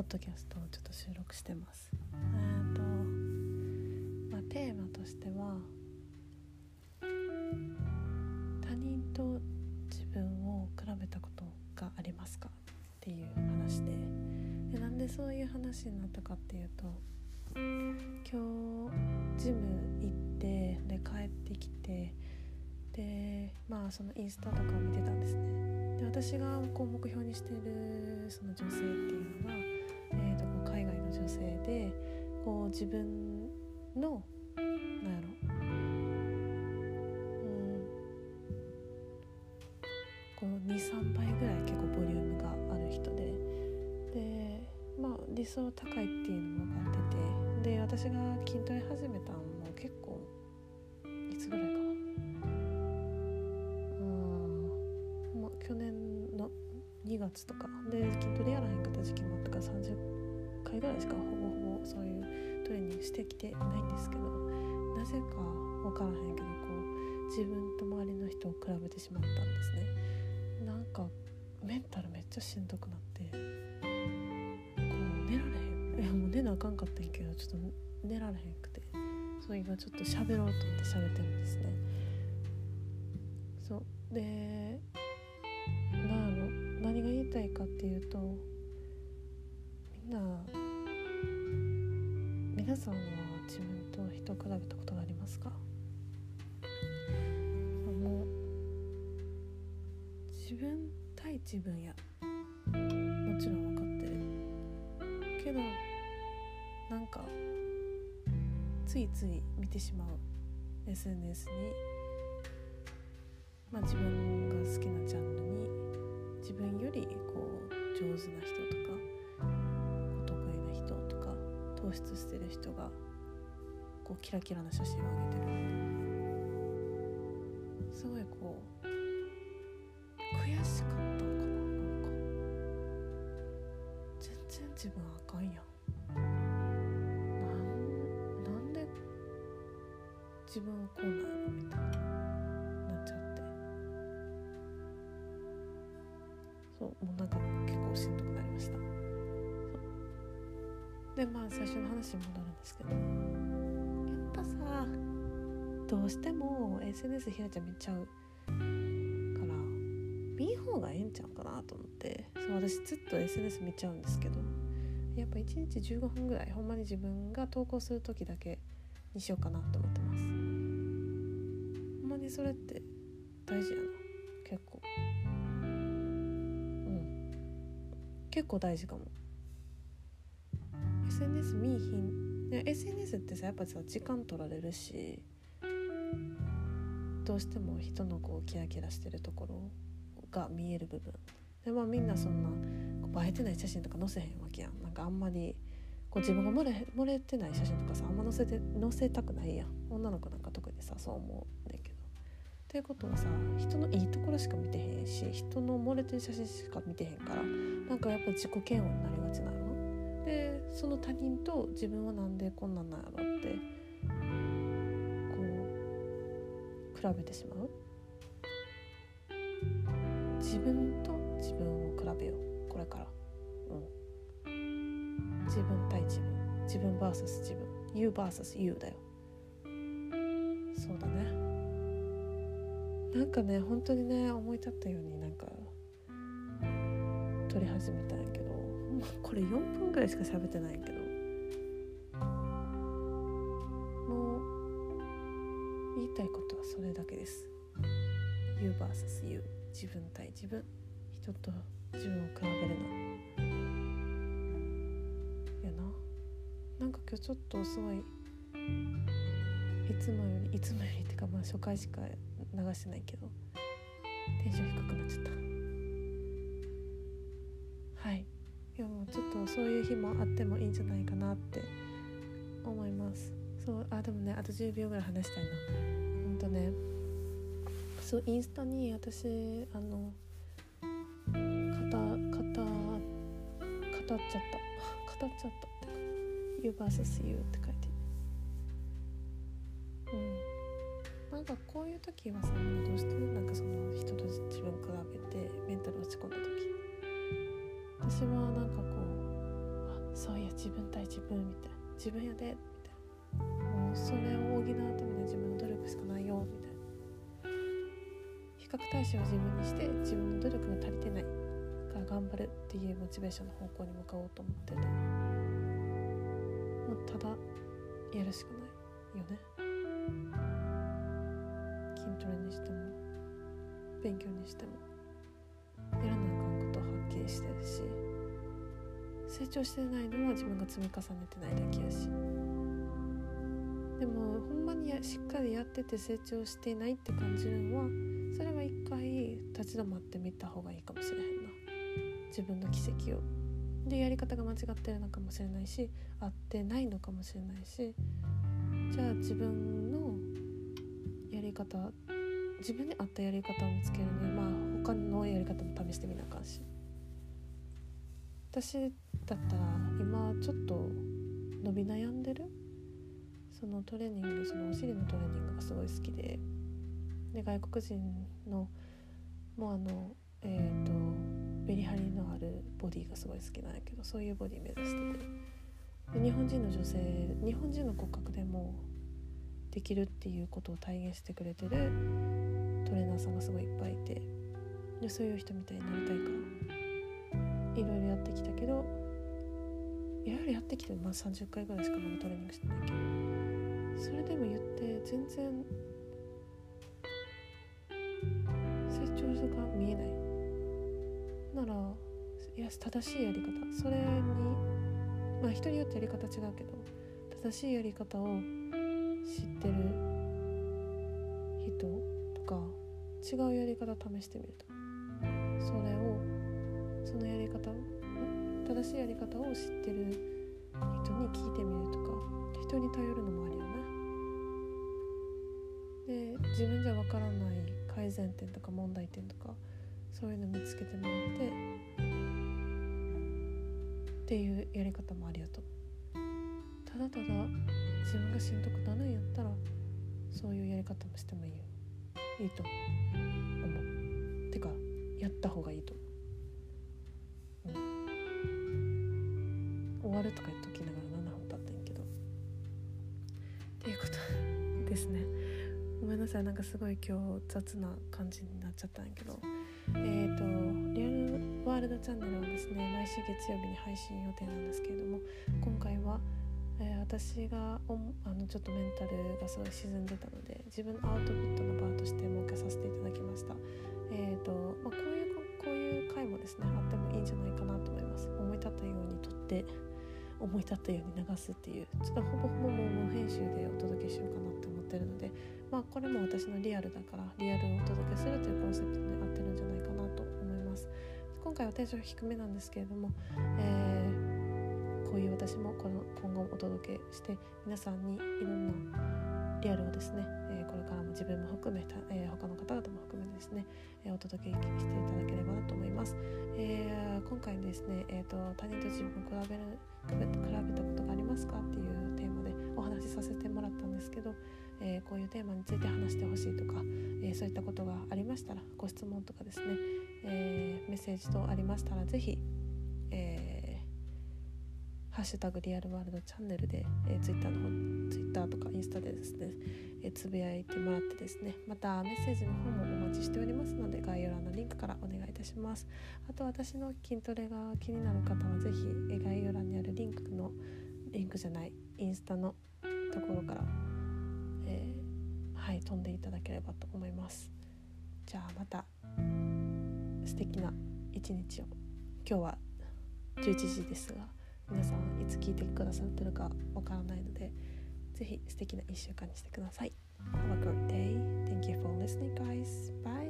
ドキャストをちょっと収録してます。テーマとしては他人と自分を比べたことがありますかっていう話で、なんでそういう話になったかっていうと、今日ジム行ってで帰ってきて、でそのインスタとかを見てたんですね。で私がこう目標にしているその女性っていうのが、こう海外の女性でこう自分のこう 2,3 倍ぐらい結構ボリュームがある人で、理想高いっていうのも分かってて、で私が筋トレ始めたのも結構いつぐらいかな、去年の2月とかで筋トレやらへんかった時期もあったから30回ぐらいしかほぼそういうトレーニングしてきてないんですけど、なぜか分からへんけどこう自分と周りの人を比べてしまったんですね。なんかメンタルめっちゃしんどくなって、こう寝られへん、もう寝なあかんかったんやけどちょっと寝られへんくて、そう今ちょっと喋ろうと思って喋ってるんですね。そうで何が言いたいかっていうと、皆さんは自分と人を比べたことがありますか？もう自分対自分やもちろん分かってるけど、なんかついつい見てしまう SNS に、自分が好きなジャンルに自分よりこう上手な人とか得意な人とか突出してる人がこうキラキラな写真を上げてる。すごいこう悔しかったのかな。なんか全然自分あかんやん。なんで自分はこうなのみたいななっちゃって、もうなんか結構しんどくなりました。で最初の話に戻るんですけど、やっぱさどうしても SNS ひなちゃん見ちゃうから見ん方がええんちゃうかなと思って、私ずっと SNS 見ちゃうんですけど、やっぱ1日15分ぐらいほんまに自分が投稿する時だけにしようかなと思ってます。ほんまにそれって大事やな。結構大事かも。 SNS 見いひん。SNS ってさやっぱさ時間取られるし、どうしても人のこうキラキラしてるところが見える部分で、みんなそんな映えてない写真とか載せへんわけやん。なんかあんまりこう自分が漏れてない写真とかさあんま載せたくないやん。女の子なんか特にさそう思うねんけど、っていうことはさ人のいいところしか見てへんし、人の漏れてる写真しか見てへんから、なんかやっぱ自己嫌悪になりがちなので、その他人と自分はなんでこんなんなんやろってこう比べてしまう。自分と自分を比べようこれから。自分対自分、自分 vs 自分、 You vs You だよ。そうだね。なんかね本当にね思い立ったようになんか撮り始めたんやけど、これ4分ぐらいしか喋ってないんやけど、もう言いたいことはそれだけです。 You vs You、 自分対自分、人と自分を比べるなやな。なんか今日ちょっとすごいいつもよりってか初回しか流してないけどテンション低くなっちゃった。はい、いやもうちょっとそういう日もあってもいいんじゃないかなって思います。でもねあと10秒ぐらい話したいな。インスタに私語っちゃったってか You vs You って書いてなんかこういう時はさどうしてもなんかその人と自分比べてメンタル落ち込んだ時、私はなんかこう自分やでみたいな、もうそれを補うためには自分の努力しかないよみたいな、比較対象を自分にして自分の努力が足りてないから頑張るっていうモチベーションの方向に向かおうと思ってる。もうただやるしかないよね。筋トレにしても勉強にしてもやらなあかんことをはっきりしてるし、成長してないのは自分が積み重ねてないだけやし、でもほんまにしっかりやってて成長していないって感じるのは、それは一回立ち止まってみた方がいいかもしれへんな。自分の軌跡をで、やり方が間違ってるのかもしれないし、合ってないのかもしれないし、じゃあ自分のやり方、自分に合ったやり方を見つけるには、他のやり方も試してみなあかんし、私だったら今ちょっと伸び悩んでる、そのトレーニング、そのお尻のトレーニングがすごい好きで、外国人のもうメリハリのあるボディがすごい好きなんやけど、そういうボディ目指してて、で日本人の女性、日本人の骨格でもできるっていうことを体現してくれてるトレーナーさんがすごいいっぱいいて、でそういう人みたいになりたいからいろいろやってきたけど、いろいろやってきて、30回ぐらいしかまだトレーニングしてないけど、それでも言って全然成長が見えないなら、いや正しいやり方、それに人によってやり方違うけど、正しいやり方を知ってる人とか、違うやり方試してみると、そのやり方を、正しいやり方を知ってる人に聞いてみるとか、人に頼るのもありよね。で、自分じゃわからない改善点とか問題点とか、そういうの見つけてもらってっていうやり方もありやと。ただただ自分がしんどくなるんやったら、そういうやり方もしてもいいと思う。てかやった方がいいと思う。終わるとか言っときながら7分経ったんやけど、っていうことですね。ごめんなさい、なんかすごい今日雑な感じになっちゃったんやけど、リアルワールドチャンネルはですね、毎週月曜日に配信予定なんですけれども、今回は、私がちょっとメンタルがすごい沈んでたので、自分のアウトプットの場として設けさせていただきました。こういう回もですね、あってもいいんじゃないかなと思います。思い立ったように撮って思い立ったように流すっていう、ちょっとほぼほぼもう編集でお届けしようかなって思ってるので、これも私のリアルだから、リアルをお届けするというコンセプトに合ってるんじゃないかなと思います。今回はテンション低めなんですけれども、こういう私も今後お届けして、皆さんにいろんなリアルをですね、これからも自分も含めた、他の方々も含めてですね、お届けしていただければなと思います。今回ですね、他人と自分を比べたことがありますかっていうテーマでお話しさせてもらったんですけど、こういうテーマについて話してほしいとか、そういったことがありましたら、ご質問とかですね、メッセージ等ありましたら、ぜひ、ハッシュタグリアルワールドチャンネルで、ツイッターとかインスタでですね、つぶやいてもらってですね、またメッセージの方もお待ちしておりますので、概要欄のリンクからお願いいたします。あと、私の筋トレが気になる方はぜひ、概要欄にあるインスタのところから、飛んでいただければと思います。じゃあまた素敵な一日を。今日は11時ですが、皆さんいつ聞いてくださってるかわからないので、ぜひ素敵な1週間にしてください。Have a great day. Thank you for listening, guys. Bye.